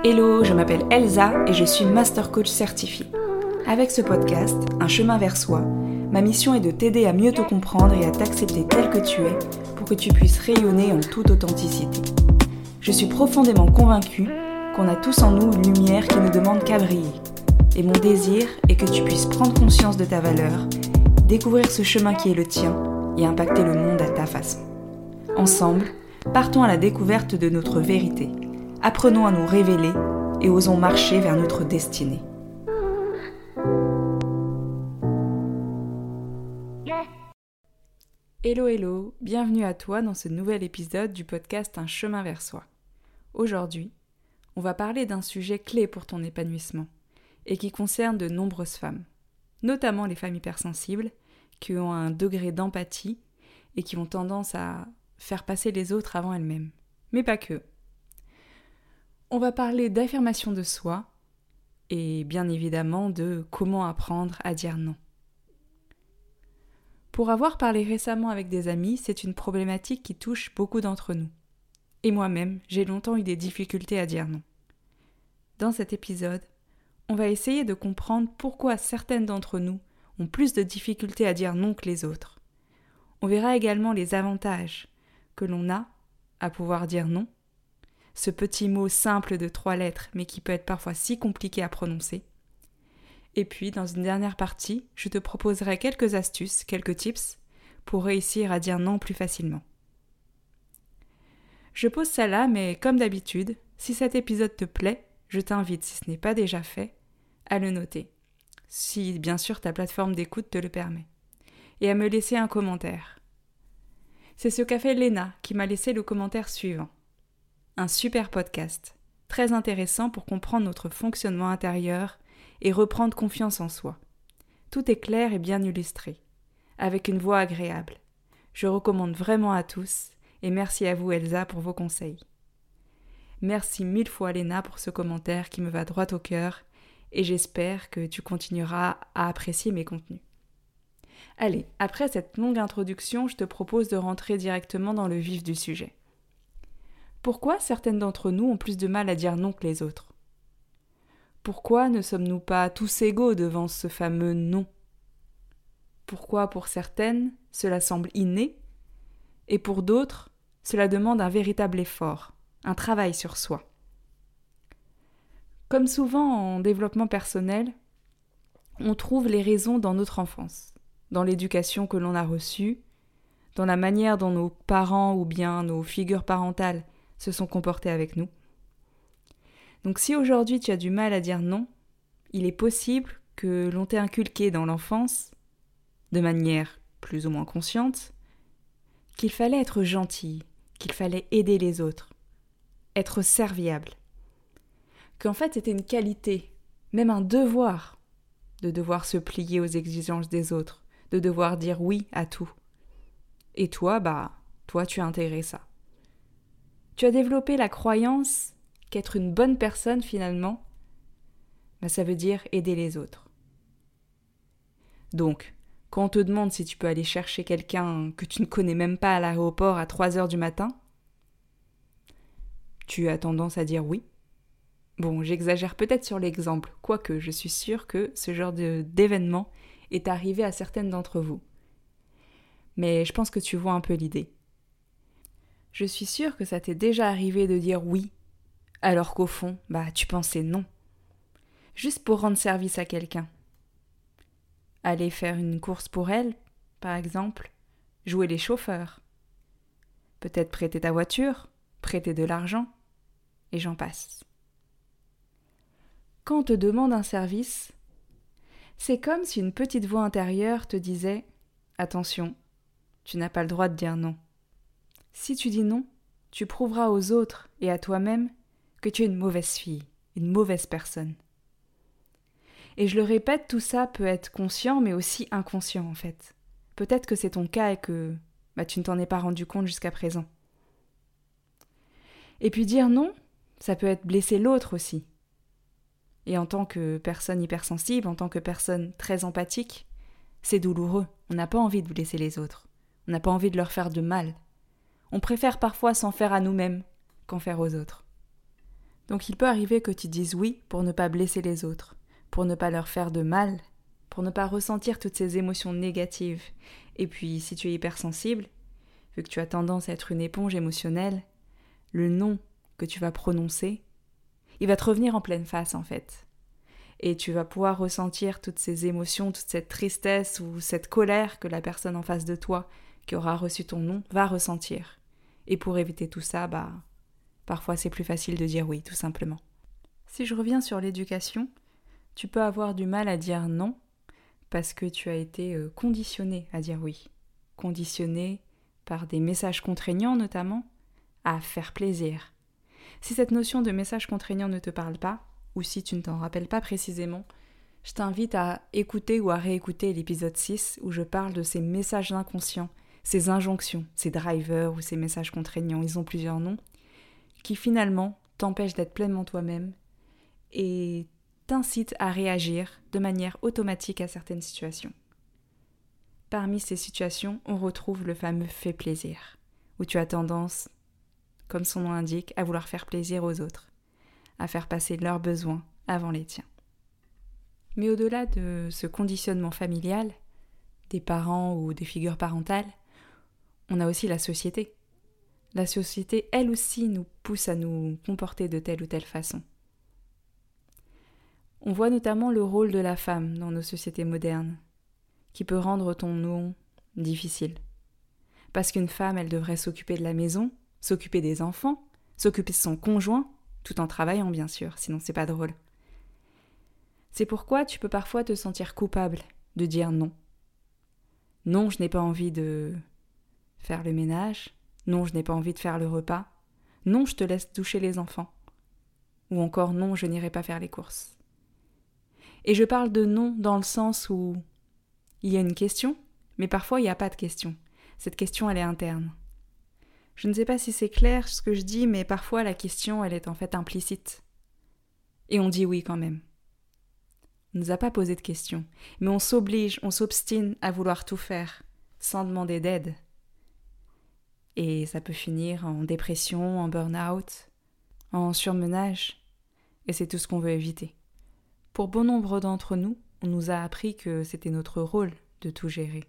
Hello, je m'appelle Elsa et je suis Master Coach certifiée. Avec ce podcast, Un chemin vers soi, ma mission est de t'aider à mieux te comprendre et à t'accepter tel que tu es pour que tu puisses rayonner en toute authenticité. Je suis profondément convaincue qu'on a tous en nous une lumière qui ne demande qu'à briller. Et mon désir est que tu puisses prendre conscience de ta valeur, découvrir ce chemin qui est le tien et impacter le monde à ta façon. Ensemble, partons à la découverte de notre vérité. Apprenons à nous révéler et osons marcher vers notre destinée. Hello, bienvenue à toi dans ce nouvel épisode du podcast Un chemin vers soi. Aujourd'hui, on va parler d'un sujet clé pour ton épanouissement et qui concerne de nombreuses femmes, notamment les femmes hypersensibles qui ont un degré d'empathie et qui ont tendance à faire passer les autres avant elles-mêmes. Mais pas que. On va parler d'affirmation de soi et bien évidemment de comment apprendre à dire non. Pour avoir parlé récemment avec des amis, c'est une problématique qui touche beaucoup d'entre nous. Et moi-même, j'ai longtemps eu des difficultés à dire non. Dans cet épisode, on va essayer de comprendre pourquoi certaines d'entre nous ont plus de difficultés à dire non que les autres. On verra également les avantages que l'on a à pouvoir dire non, ce petit mot simple de 3 lettres mais qui peut être parfois si compliqué à prononcer. Et puis, dans une dernière partie, je te proposerai quelques astuces, quelques tips pour réussir à dire non plus facilement. Je pose ça là, mais comme d'habitude, si cet épisode te plaît, je t'invite, si ce n'est pas déjà fait, à le noter, si bien sûr ta plateforme d'écoute te le permet, et à me laisser un commentaire. C'est ce qu'a fait Léna qui m'a laissé le commentaire suivant. Un super podcast, très intéressant pour comprendre notre fonctionnement intérieur et reprendre confiance en soi. Tout est clair et bien illustré, avec une voix agréable. Je recommande vraiment à tous et merci à vous Elsa pour vos conseils. Merci 1000 fois Léna pour ce commentaire qui me va droit au cœur et j'espère que tu continueras à apprécier mes contenus. Allez, après cette longue introduction, je te propose de rentrer directement dans le vif du sujet. Pourquoi certaines d'entre nous ont plus de mal à dire non que les autres ? Pourquoi ne sommes-nous pas tous égaux devant ce fameux non ? Pourquoi pour certaines, cela semble inné, et pour d'autres, cela demande un véritable effort, un travail sur soi ? Comme souvent en développement personnel, on trouve les raisons dans notre enfance, dans l'éducation que l'on a reçue, dans la manière dont nos parents ou bien nos figures parentales se sont comportés avec nous. Donc si aujourd'hui tu as du mal à dire non, il est possible que l'on t'ait inculqué dans l'enfance, de manière plus ou moins consciente, qu'il fallait être gentil, qu'il fallait aider les autres, être serviable, qu'en fait c'était une qualité, même un devoir, de devoir se plier aux exigences des autres, de devoir dire oui à tout. Et toi, tu as intégré ça. Tu as développé la croyance qu'être une bonne personne, finalement, ça veut dire aider les autres. Donc, quand on te demande si tu peux aller chercher quelqu'un que tu ne connais même pas à l'aéroport à 3h du matin, tu as tendance à dire oui. Bon, j'exagère peut-être sur l'exemple, quoique je suis sûre que ce genre d'événement est arrivé à certaines d'entre vous. Mais je pense que tu vois un peu l'idée. Je suis sûre que ça t'est déjà arrivé de dire oui, alors qu'au fond, tu pensais non. Juste pour rendre service à quelqu'un. Aller faire une course pour elle, par exemple, jouer les chauffeurs. Peut-être prêter ta voiture, prêter de l'argent, et j'en passe. Quand on te demande un service, c'est comme si une petite voix intérieure te disait « Attention, tu n'as pas le droit de dire non ». Si tu dis non, tu prouveras aux autres et à toi-même que tu es une mauvaise fille, une mauvaise personne. Et je le répète, tout ça peut être conscient mais aussi inconscient en fait. Peut-être que c'est ton cas et que tu ne t'en es pas rendu compte jusqu'à présent. Et puis dire non, ça peut être blesser l'autre aussi. Et en tant que personne hypersensible, en tant que personne très empathique, c'est douloureux. On n'a pas envie de blesser les autres. On n'a pas envie de leur faire de mal. On préfère parfois s'en faire à nous-mêmes qu'en faire aux autres. Donc il peut arriver que tu dises oui pour ne pas blesser les autres, pour ne pas leur faire de mal, pour ne pas ressentir toutes ces émotions négatives. Et puis si tu es hypersensible, vu que tu as tendance à être une éponge émotionnelle, le non que tu vas prononcer, il va te revenir en pleine face en fait. Et tu vas pouvoir ressentir toutes ces émotions, toute cette tristesse ou cette colère que la personne en face de toi qui aura reçu ton non va ressentir. Et pour éviter tout ça, parfois c'est plus facile de dire oui, tout simplement. Si je reviens sur l'éducation, tu peux avoir du mal à dire non parce que tu as été conditionné à dire oui. Conditionné par des messages contraignants notamment, à faire plaisir. Si cette notion de message contraignant ne te parle pas, ou si tu ne t'en rappelles pas précisément, je t'invite à écouter ou à réécouter l'épisode 6 où je parle de ces messages inconscients, ces injonctions, ces drivers ou ces messages contraignants, ils ont plusieurs noms, qui finalement t'empêchent d'être pleinement toi-même et t'incitent à réagir de manière automatique à certaines situations. Parmi ces situations, on retrouve le fameux fait plaisir, où tu as tendance, comme son nom l'indique, à vouloir faire plaisir aux autres, à faire passer leurs besoins avant les tiens. Mais au-delà de ce conditionnement familial, des parents ou des figures parentales, on a aussi la société. La société, elle aussi, nous pousse à nous comporter de telle ou telle façon. On voit notamment le rôle de la femme dans nos sociétés modernes, qui peut rendre ton non difficile. Parce qu'une femme, elle devrait s'occuper de la maison, s'occuper des enfants, s'occuper de son conjoint, tout en travaillant bien sûr, sinon c'est pas drôle. C'est pourquoi tu peux parfois te sentir coupable de dire non. Non, je n'ai pas envie de faire le ménage. Non, je n'ai pas envie de faire le repas. Non, je te laisse doucher les enfants. Ou encore non, je n'irai pas faire les courses. Et je parle de non dans le sens où il y a une question, mais parfois il n'y a pas de question. Cette question, elle est interne. Je ne sais pas si c'est clair ce que je dis, mais parfois la question, elle est en fait implicite. Et on dit oui quand même. On ne nous a pas posé de questions, mais on s'oblige, on s'obstine à vouloir tout faire, sans demander d'aide. Et ça peut finir en dépression, en burn-out, en surmenage, et c'est tout ce qu'on veut éviter. Pour bon nombre d'entre nous, on nous a appris que c'était notre rôle de tout gérer.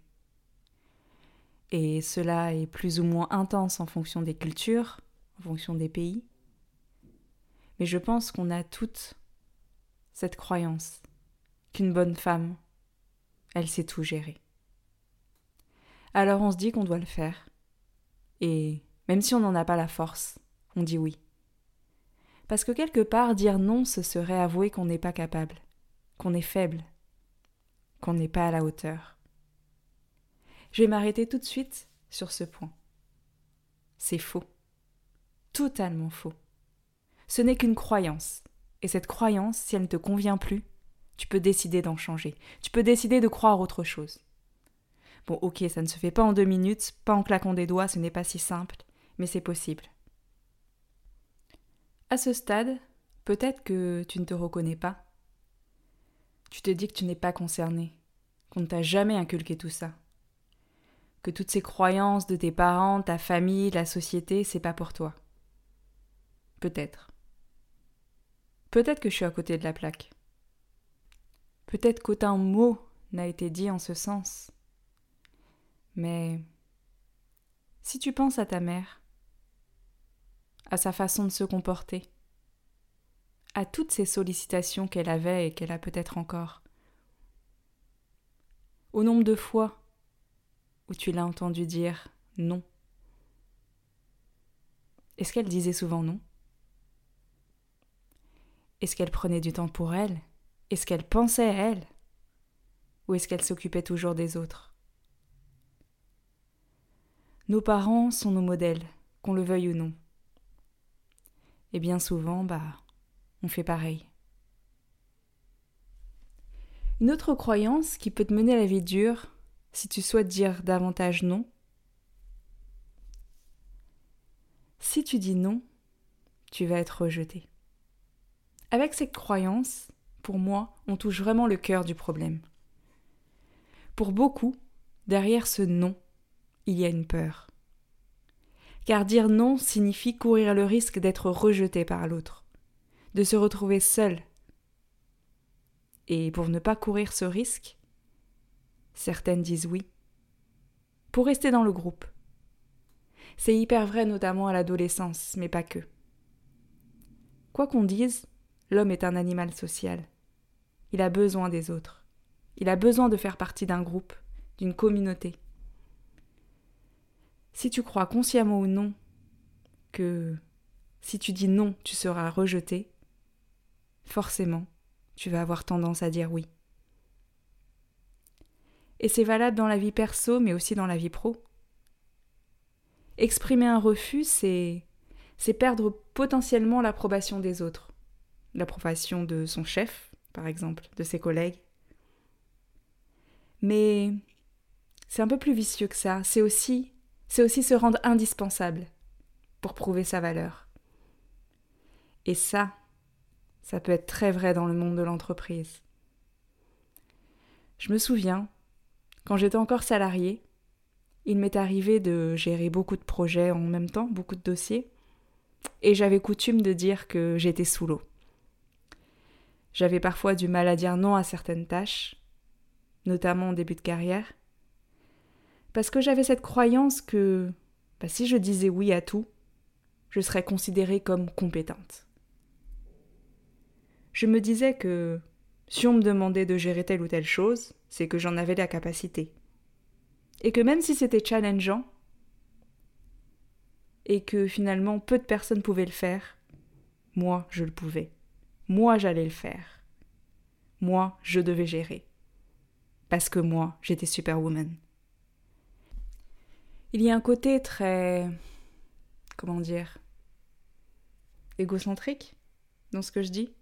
Et cela est plus ou moins intense en fonction des cultures, en fonction des pays. Mais je pense qu'on a toute cette croyance qu'une bonne femme, elle sait tout gérer. Alors on se dit qu'on doit le faire. Et même si on n'en a pas la force, on dit oui. Parce que quelque part, dire non, ce serait avouer qu'on n'est pas capable, qu'on est faible, qu'on n'est pas à la hauteur. Je vais m'arrêter tout de suite sur ce point. C'est faux. Totalement faux. Ce n'est qu'une croyance. Et cette croyance, si elle ne te convient plus, tu peux décider d'en changer. Tu peux décider de croire autre chose. Bon, ok, ça ne se fait pas en 2 minutes, pas en claquant des doigts, ce n'est pas si simple, mais c'est possible. À ce stade, peut-être que tu ne te reconnais pas. Tu te dis que tu n'es pas concerné, qu'on ne t'a jamais inculqué tout ça. Que toutes ces croyances de tes parents, ta famille, la société, c'est pas pour toi. Peut-être. Peut-être que je suis à côté de la plaque. Peut-être qu'aucun mot n'a été dit en ce sens. Mais si tu penses à ta mère, à sa façon de se comporter, à toutes ces sollicitations qu'elle avait et qu'elle a peut-être encore, au nombre de fois où tu l'as entendu dire non, est-ce qu'elle disait souvent non ? Est-ce qu'elle prenait du temps pour elle ? Est-ce qu'elle pensait à elle ? Ou est-ce qu'elle s'occupait toujours des autres ? Nos parents sont nos modèles, qu'on le veuille ou non. Et bien souvent, on fait pareil. Une autre croyance qui peut te mener à la vie dure, si tu souhaites dire davantage non, si tu dis non, tu vas être rejeté. Avec cette croyance, pour moi, on touche vraiment le cœur du problème. Pour beaucoup, derrière ce non, il y a une peur. Car dire non signifie courir le risque d'être rejeté par l'autre, de se retrouver seul. Et pour ne pas courir ce risque, certaines disent oui, pour rester dans le groupe. C'est hyper vrai notamment à l'adolescence, mais pas que. Quoi qu'on dise, l'homme est un animal social. Il a besoin des autres. Il a besoin de faire partie d'un groupe, d'une communauté. Si tu crois consciemment ou non que si tu dis non, tu seras rejeté, forcément, tu vas avoir tendance à dire oui. Et c'est valable dans la vie perso, mais aussi dans la vie pro. Exprimer un refus, c'est perdre potentiellement l'approbation des autres. L'approbation de son chef, par exemple, de ses collègues. Mais c'est un peu plus vicieux que ça. C'est aussi se rendre indispensable pour prouver sa valeur. Et ça peut être très vrai dans le monde de l'entreprise. Je me souviens, quand j'étais encore salariée, il m'est arrivé de gérer beaucoup de projets en même temps, beaucoup de dossiers, et j'avais coutume de dire que j'étais sous l'eau. J'avais parfois du mal à dire non à certaines tâches, notamment en début de carrière, parce que j'avais cette croyance que si je disais oui à tout, je serais considérée comme compétente. Je me disais que si on me demandait de gérer telle ou telle chose, c'est que j'en avais la capacité. Et que même si c'était challengeant, et que finalement peu de personnes pouvaient le faire, moi je le pouvais. Moi j'allais le faire. Moi je devais gérer. Parce que moi j'étais superwoman. Il y a un côté très, égocentrique dans ce que je dis.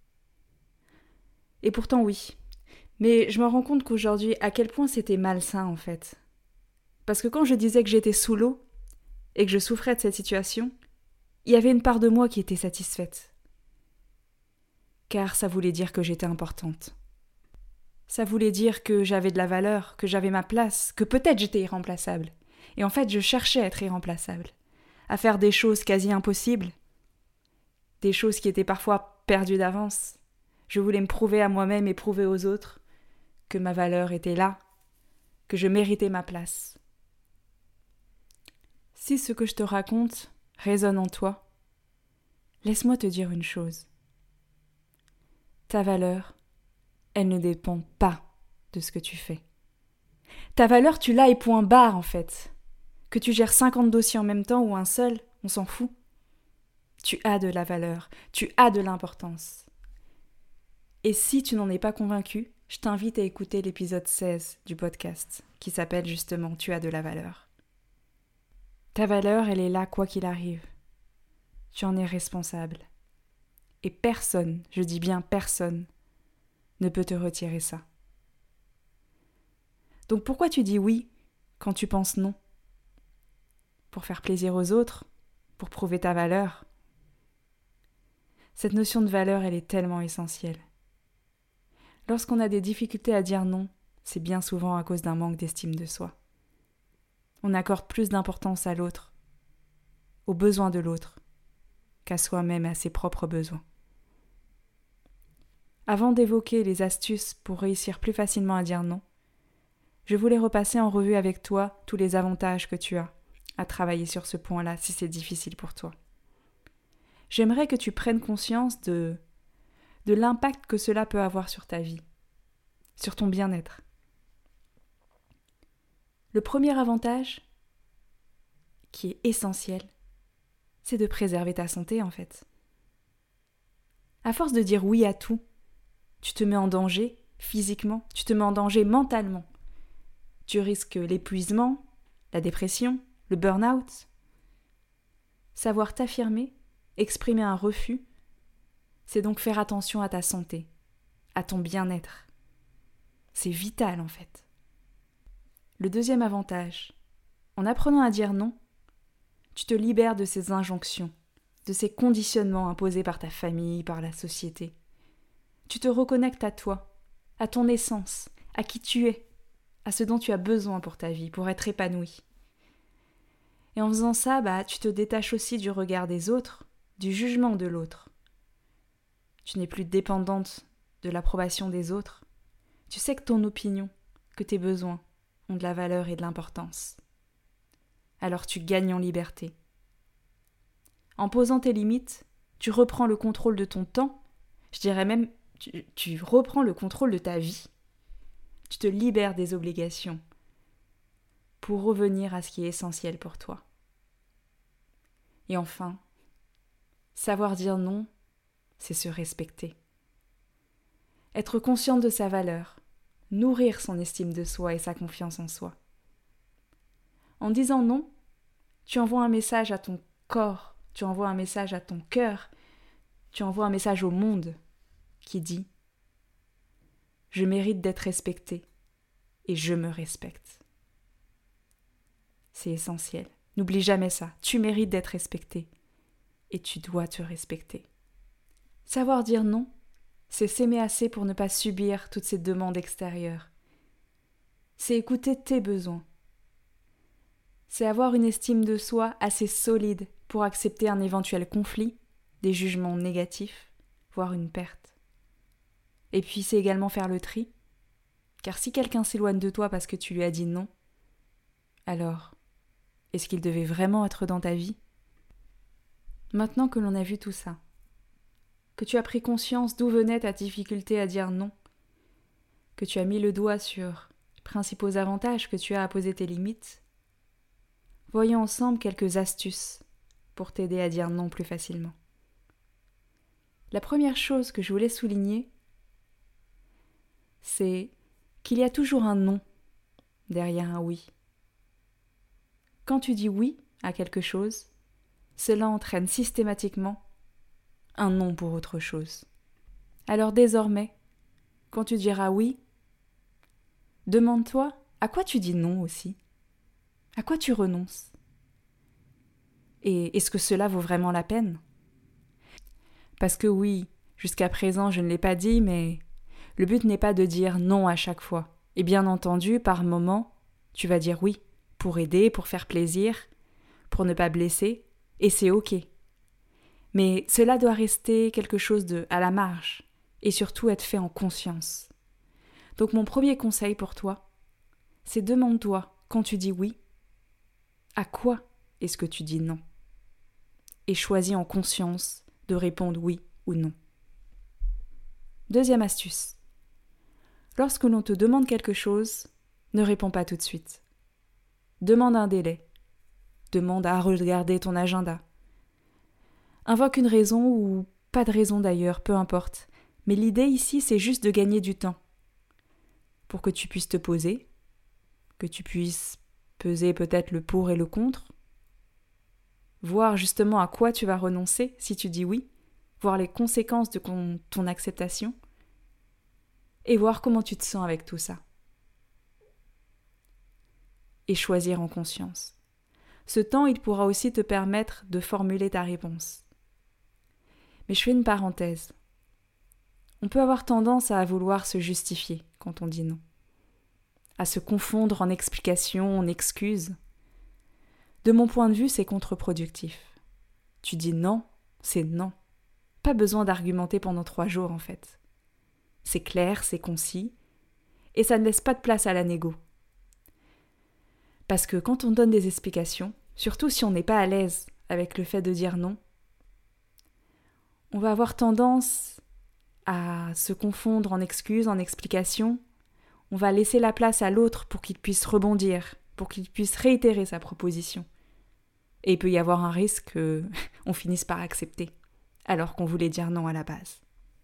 Et pourtant oui. Mais je me rends compte qu'aujourd'hui, à quel point c'était malsain en fait. Parce que quand je disais que j'étais sous l'eau et que je souffrais de cette situation, il y avait une part de moi qui était satisfaite. Car ça voulait dire que j'étais importante. Ça voulait dire que j'avais de la valeur, que j'avais ma place, que peut-être j'étais irremplaçable. Et en fait, je cherchais à être irremplaçable, à faire des choses quasi impossibles, des choses qui étaient parfois perdues d'avance. Je voulais me prouver à moi-même et prouver aux autres que ma valeur était là, que je méritais ma place. Si ce que je te raconte résonne en toi, laisse-moi te dire une chose. Ta valeur, elle ne dépend pas de ce que tu fais. Ta valeur, tu l'as et point barre en fait. Que tu gères 50 dossiers en même temps ou un seul, on s'en fout. Tu as de la valeur, tu as de l'importance. Et si tu n'en es pas convaincu, je t'invite à écouter l'épisode 16 du podcast, qui s'appelle justement « Tu as de la valeur ». Ta valeur, elle est là quoi qu'il arrive. Tu en es responsable. Et personne, je dis bien personne, ne peut te retirer ça. Donc pourquoi tu dis oui quand tu penses non ? Pour faire plaisir aux autres ? Pour prouver ta valeur ? Cette notion de valeur, elle est tellement essentielle. Lorsqu'on a des difficultés à dire non, c'est bien souvent à cause d'un manque d'estime de soi. On accorde plus d'importance à l'autre, aux besoins de l'autre, qu'à soi-même et à ses propres besoins. Avant d'évoquer les astuces pour réussir plus facilement à dire non, je voulais repasser en revue avec toi tous les avantages que tu as à travailler sur ce point-là si c'est difficile pour toi. J'aimerais que tu prennes conscience de l'impact que cela peut avoir sur ta vie, sur ton bien-être. Le premier avantage, qui est essentiel, c'est de préserver ta santé en fait. À force de dire oui à tout, tu te mets en danger physiquement, tu te mets en danger mentalement. Tu risques l'épuisement, la dépression, le burn-out. Savoir t'affirmer, exprimer un refus, c'est donc faire attention à ta santé, à ton bien-être. C'est vital en fait. Le deuxième avantage, en apprenant à dire non, tu te libères de ces injonctions, de ces conditionnements imposés par ta famille, par la société. Tu te reconnectes à toi, à ton essence, à qui tu es, à ce dont tu as besoin pour ta vie, pour être épanoui. Et en faisant ça, tu te détaches aussi du regard des autres, du jugement de l'autre. Tu n'es plus dépendante de l'approbation des autres. Tu sais que ton opinion, que tes besoins ont de la valeur et de l'importance. Alors tu gagnes en liberté. En posant tes limites, tu reprends le contrôle de ton temps, je dirais même, tu reprends le contrôle de ta vie. Tu te libères des obligations pour revenir à ce qui est essentiel pour toi. Et enfin, savoir dire non, c'est se respecter. Être consciente de sa valeur, nourrir son estime de soi et sa confiance en soi. En disant non, tu envoies un message à ton corps, tu envoies un message à ton cœur, tu envoies un message au monde qui dit « Je mérite d'être respecté et je me respecte ». C'est essentiel. N'oublie jamais ça. Tu mérites d'être respecté et tu dois te respecter. Savoir dire non, c'est s'aimer assez pour ne pas subir toutes ces demandes extérieures. C'est écouter tes besoins. C'est avoir une estime de soi assez solide pour accepter un éventuel conflit, des jugements négatifs, voire une perte. Et puis c'est également faire le tri, car si quelqu'un s'éloigne de toi parce que tu lui as dit non, alors, est-ce qu'il devait vraiment être dans ta vie ? Maintenant que l'on a vu tout ça, que tu as pris conscience d'où venait ta difficulté à dire non, que tu as mis le doigt sur les principaux avantages que tu as à poser tes limites, voyons ensemble quelques astuces pour t'aider à dire non plus facilement. La première chose que je voulais souligner, c'est qu'il y a toujours un non derrière un oui. Quand tu dis oui à quelque chose, cela entraîne systématiquement un non pour autre chose. Alors désormais, quand tu diras oui, demande-toi à quoi tu dis non aussi. À quoi tu renonces ? Et est-ce que cela vaut vraiment la peine ? Parce que oui, jusqu'à présent je ne l'ai pas dit, mais le but n'est pas de dire non à chaque fois. Et bien entendu, par moment, tu vas dire oui, pour aider, pour faire plaisir, pour ne pas blesser, et c'est ok. Mais cela doit rester quelque chose de à la marge, et surtout être fait en conscience. Donc mon premier conseil pour toi, c'est demande-toi, quand tu dis oui, à quoi est-ce que tu dis non ? Et choisis en conscience de répondre oui ou non. Deuxième astuce. Lorsque l'on te demande quelque chose, ne réponds pas tout de suite. Demande un délai. Demande à regarder ton agenda. Invoque une raison ou pas de raison d'ailleurs, peu importe. Mais l'idée ici, c'est juste de gagner du temps. Pour que tu puisses te poser, que tu puisses peser peut-être le pour et le contre, voir justement à quoi tu vas renoncer si tu dis oui, voir les conséquences de ton acceptation, et voir comment tu te sens avec tout ça. Et choisir en conscience. Ce temps, il pourra aussi te permettre de formuler ta réponse. Mais je fais une parenthèse. On peut avoir tendance à vouloir se justifier quand on dit non, à se confondre en explications, en excuses. De mon point de vue, c'est contre-productif. Tu dis non, c'est non. Pas besoin d'argumenter pendant 3 jours en fait. C'est clair, c'est concis, et ça ne laisse pas de place à la négo. Parce que quand on donne des explications, surtout si on n'est pas à l'aise avec le fait de dire non, on va avoir tendance à se confondre en excuses, en explications. On va laisser la place à l'autre pour qu'il puisse rebondir, pour qu'il puisse réitérer sa proposition. Et il peut y avoir un risque qu'on finisse par accepter, alors qu'on voulait dire non à la base.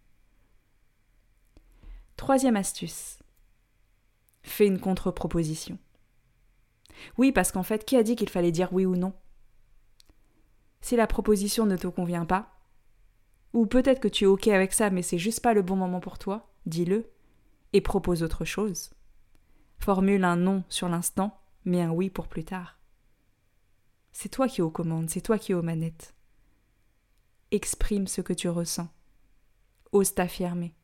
Troisième astuce. Fais une contre-proposition. Oui, parce qu'en fait, qui a dit qu'il fallait dire oui ou non ? Si la proposition ne te convient pas, ou peut-être que tu es ok avec ça, mais c'est juste pas le bon moment pour toi, dis-le, et propose autre chose. Formule un non sur l'instant, mais un oui pour plus tard. C'est toi qui es aux commandes, c'est toi qui es aux manettes. Exprime ce que tu ressens. Ose t'affirmer.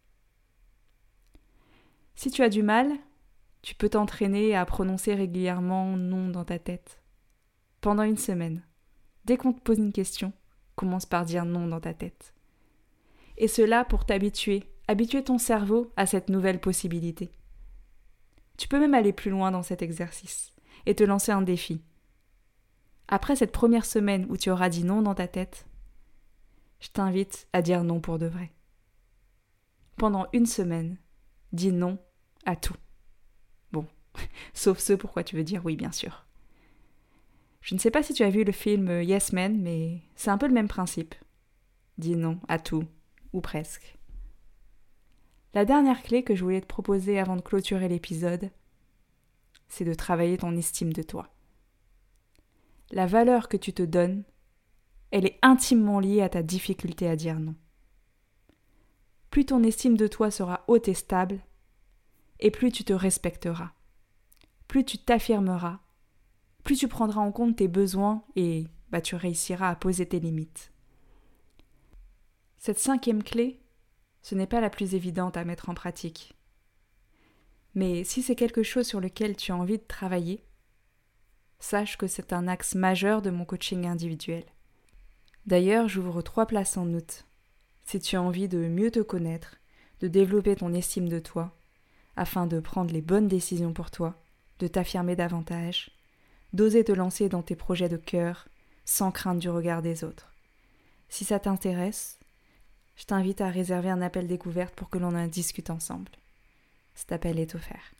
Si tu as du mal, tu peux t'entraîner à prononcer régulièrement non dans ta tête. Pendant 1 semaine. Dès qu'on te pose une question, commence par dire non dans ta tête. Et cela pour habituer ton cerveau à cette nouvelle possibilité. Tu peux même aller plus loin dans cet exercice et te lancer un défi. Après cette première semaine où tu auras dit non dans ta tête, je t'invite à dire non pour de vrai. Pendant 1 semaine, dis non à tout. Bon, sauf ce pourquoi tu veux dire oui, bien sûr. Je ne sais pas si tu as vu le film Yes Man, mais c'est un peu le même principe. Dis non à tout, ou presque. La dernière clé que je voulais te proposer avant de clôturer l'épisode, c'est de travailler ton estime de toi. La valeur que tu te donnes, elle est intimement liée à ta difficulté à dire non. Plus ton estime de toi sera haute et stable, et plus tu te respecteras. Plus tu t'affirmeras, plus tu prendras en compte tes besoins et tu réussiras à poser tes limites. Cette 5e clé, ce n'est pas la plus évidente à mettre en pratique. Mais si c'est quelque chose sur lequel tu as envie de travailler, sache que c'est un axe majeur de mon coaching individuel. D'ailleurs, j'ouvre 3 places en août. Si tu as envie de mieux te connaître, de développer ton estime de toi, afin de prendre les bonnes décisions pour toi, de t'affirmer davantage, d'oser te lancer dans tes projets de cœur, sans crainte du regard des autres. Si ça t'intéresse, je t'invite à réserver un appel découverte pour que l'on en discute ensemble. Cet appel est offert.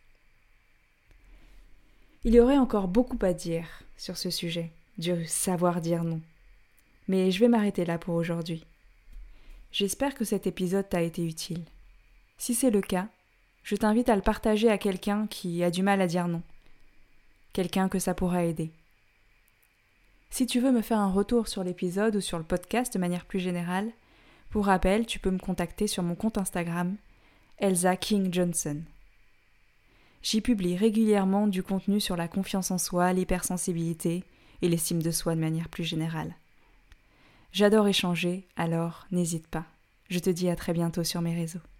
Il y aurait encore beaucoup à dire sur ce sujet, du savoir dire non. Mais je vais m'arrêter là pour aujourd'hui. J'espère que cet épisode t'a été utile. Si c'est le cas, je t'invite à le partager à quelqu'un qui a du mal à dire non. Quelqu'un que ça pourra aider. Si tu veux me faire un retour sur l'épisode ou sur le podcast de manière plus générale, pour rappel, tu peux me contacter sur mon compte Instagram, Elsa King Johnson. J'y publie régulièrement du contenu sur la confiance en soi, l'hypersensibilité et l'estime de soi de manière plus générale. J'adore échanger, alors n'hésite pas. Je te dis à très bientôt sur mes réseaux.